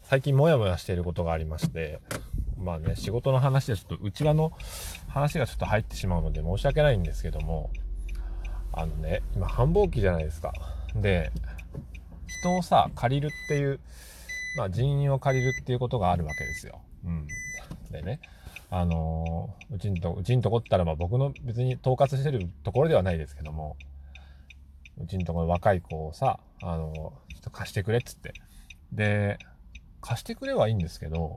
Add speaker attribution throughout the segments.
Speaker 1: 最近モヤモヤしていることがありまして、まあね、仕事の話でちょっと内輪の話がちょっと入ってしまうので申し訳ないんですけども、今繁忙期じゃないですか。で、人をさ、借りるっていう、人員を借りるっていうことがあるわけですよ。でね、うちんとこったら、僕の別に統括してるところではないですけども、うちんとこの若い子をさ、ちょっと貸してくれっつって。で、貸してくれはいいんですけど、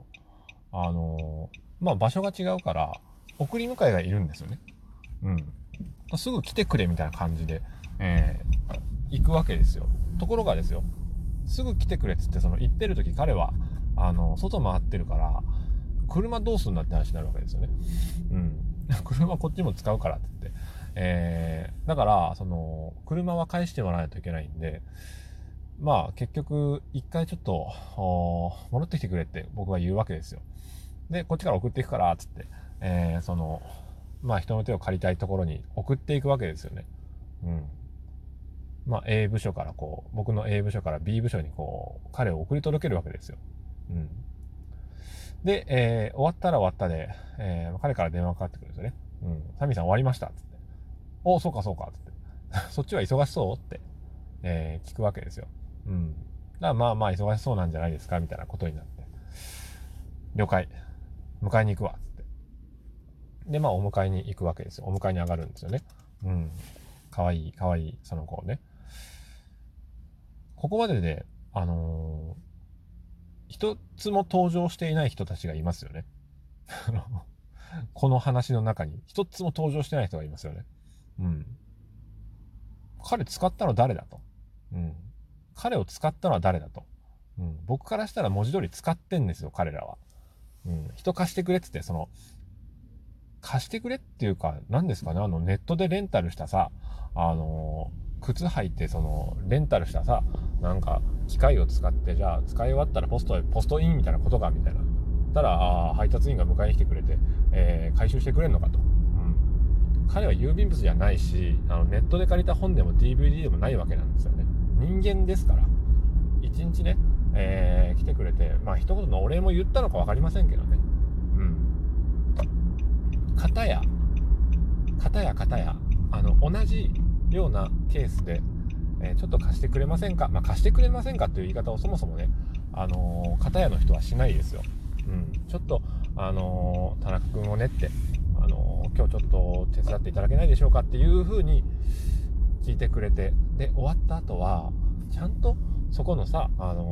Speaker 1: 場所が違うから、送り迎えがいるんですよね。すぐ来てくれみたいな感じで、行くわけですよ。ところがですよ、すぐ来てくれっつって、その行ってる時彼は、外回ってるから、車どうすんだって話になるわけですよね。車こっちも使うからって言って。だから、車は返してもらわないといけないんで、結局、一回ちょっと、戻ってきてくれって僕は言うわけですよ。で、こっちから送っていくから、つって、人の手を借りたいところに送っていくわけですよね。A 部署から僕の A 部署から B 部署に彼を送り届けるわけですよ。で、終わったら終わったで、彼から電話がかかってくるんですよね。サミーさん終わりました、つって。お、そうかそうか、つって。そっちは忙しそうって、聞くわけですよ。だから忙しそうなんじゃないですかみたいなことになって。了解。迎えに行くわ、つって。で、お迎えに行くわけですよ。お迎えに上がるんですよね。かわいい、かわいい、その子をね。ここまでで、一つも登場していない人たちがいますよね。この話の中に一つも登場してない人がいますよね。彼使ったの誰だと。彼を使ったのは誰だと。僕からしたら文字通り使ってんですよ、彼らは。人貸してくれっつって、貸してくれっていうか、何ですかね、ネットでレンタルしたさ、靴履いて、レンタルしたさ、機械を使って、じゃあ、使い終わったらポストインみたいなことか、みたいな。たら、配達員が迎えに来てくれて、回収してくれんのかと。彼は郵便物じゃないし、ネットで借りた本でも DVD でもないわけなんですよね。人間ですから。一日ね、来てくれて、一言のお礼も言ったのか分かりませんけどね。片や、同じようなケースで、ちょっと貸してくれませんか、貸してくれませんかっていう言い方をそもそもね、片やの人はしないですよ。ちょっと、田中君をねって、今日ちょっと手伝っていただけないでしょうかっていう風に聞いてくれて、で、終わった後は、ちゃんとそこのさ、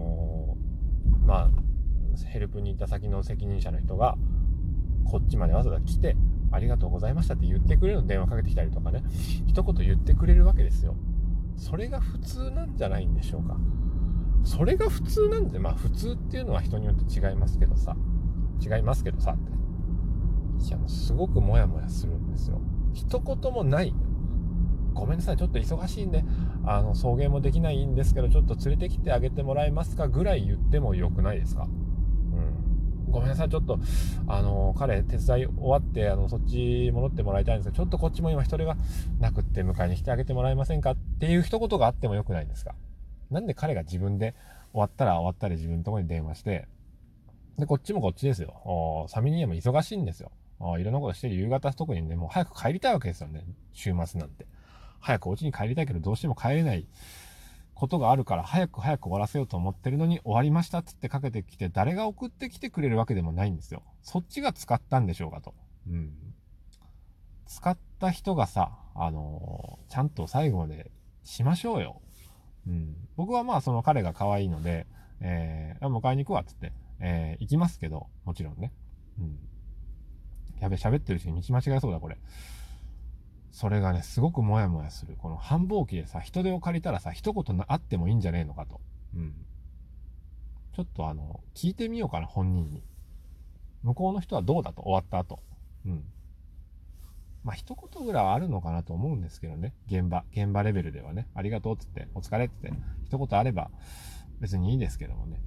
Speaker 1: ヘルプに行った先の責任者の人が、こっちまでわざわざ来て、ありがとうございましたって言ってくれるの電話かけてきたりとかね、一言言ってくれるわけですよ。それが普通なんじゃないんでしょうか。それが普通なんで、普通っていうのは人によって違いますけどさって。いや、もうすごくモヤモヤするんですよ。一言もない。ごめんなさい、ちょっと忙しいんで、送迎もできないんですけど、ちょっと連れてきてあげてもらえますかぐらい言ってもよくないですか。ごめんなさい、ちょっと、彼、手伝い終わって、そっち戻ってもらいたいんですけど、ちょっとこっちも今人手がなくって迎えに来てあげてもらえませんかっていう一言があってもよくないですか。なんで彼が自分で終わったら自分のところに電話して、で、こっちもこっちですよ。サミニアも忙しいんですよ。いろんなことしてる夕方特にね、もう早く帰りたいわけですよね。週末なんて。早くお家に帰りたいけどどうしても帰れないことがあるから早く終わらせようと思ってるのに終わりましたっつってかけてきて誰が送ってきてくれるわけでもないんですよ。そっちが使ったんでしょうかと。使った人がさ、ちゃんと最後までしましょうよ。僕はその彼が可愛いので、迎えに行くわっつって、行きますけど、もちろんね。やべ、喋ってるうちに道間違えそうだ、これ。それがね、すごくモヤモヤする。この繁忙期でさ、人手を借りたらさ、一言あってもいいんじゃねえのかと。ちょっと聞いてみようかな、本人に。向こうの人はどうだと、終わった後。一言ぐらいはあるのかなと思うんですけどね。現場レベルではね。ありがとうっつって、お疲れっつって、一言あれば別にいいですけどもね。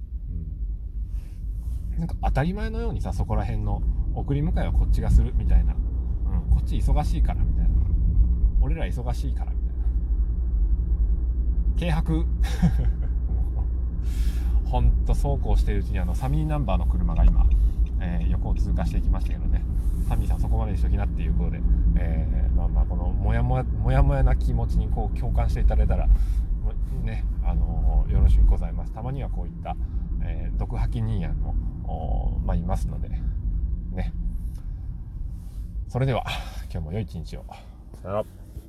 Speaker 1: 当たり前のようにさ、そこら辺の送り迎えはこっちがするみたいな。こっち忙しいからみたいな。俺ら忙しいからみたいな。軽薄。 ほんとそうこうしているうちにサミーナンバーの車が今、横を通過していきましたけどね、サミーさんそこまでにしときなっていうことで、このモヤモヤな気持ちにこう共感していただいたらね、よろしゅうございます。たまにはこういった、毒吐き兄やんもいますのでね。それでは今日も良い一日を。さよなら。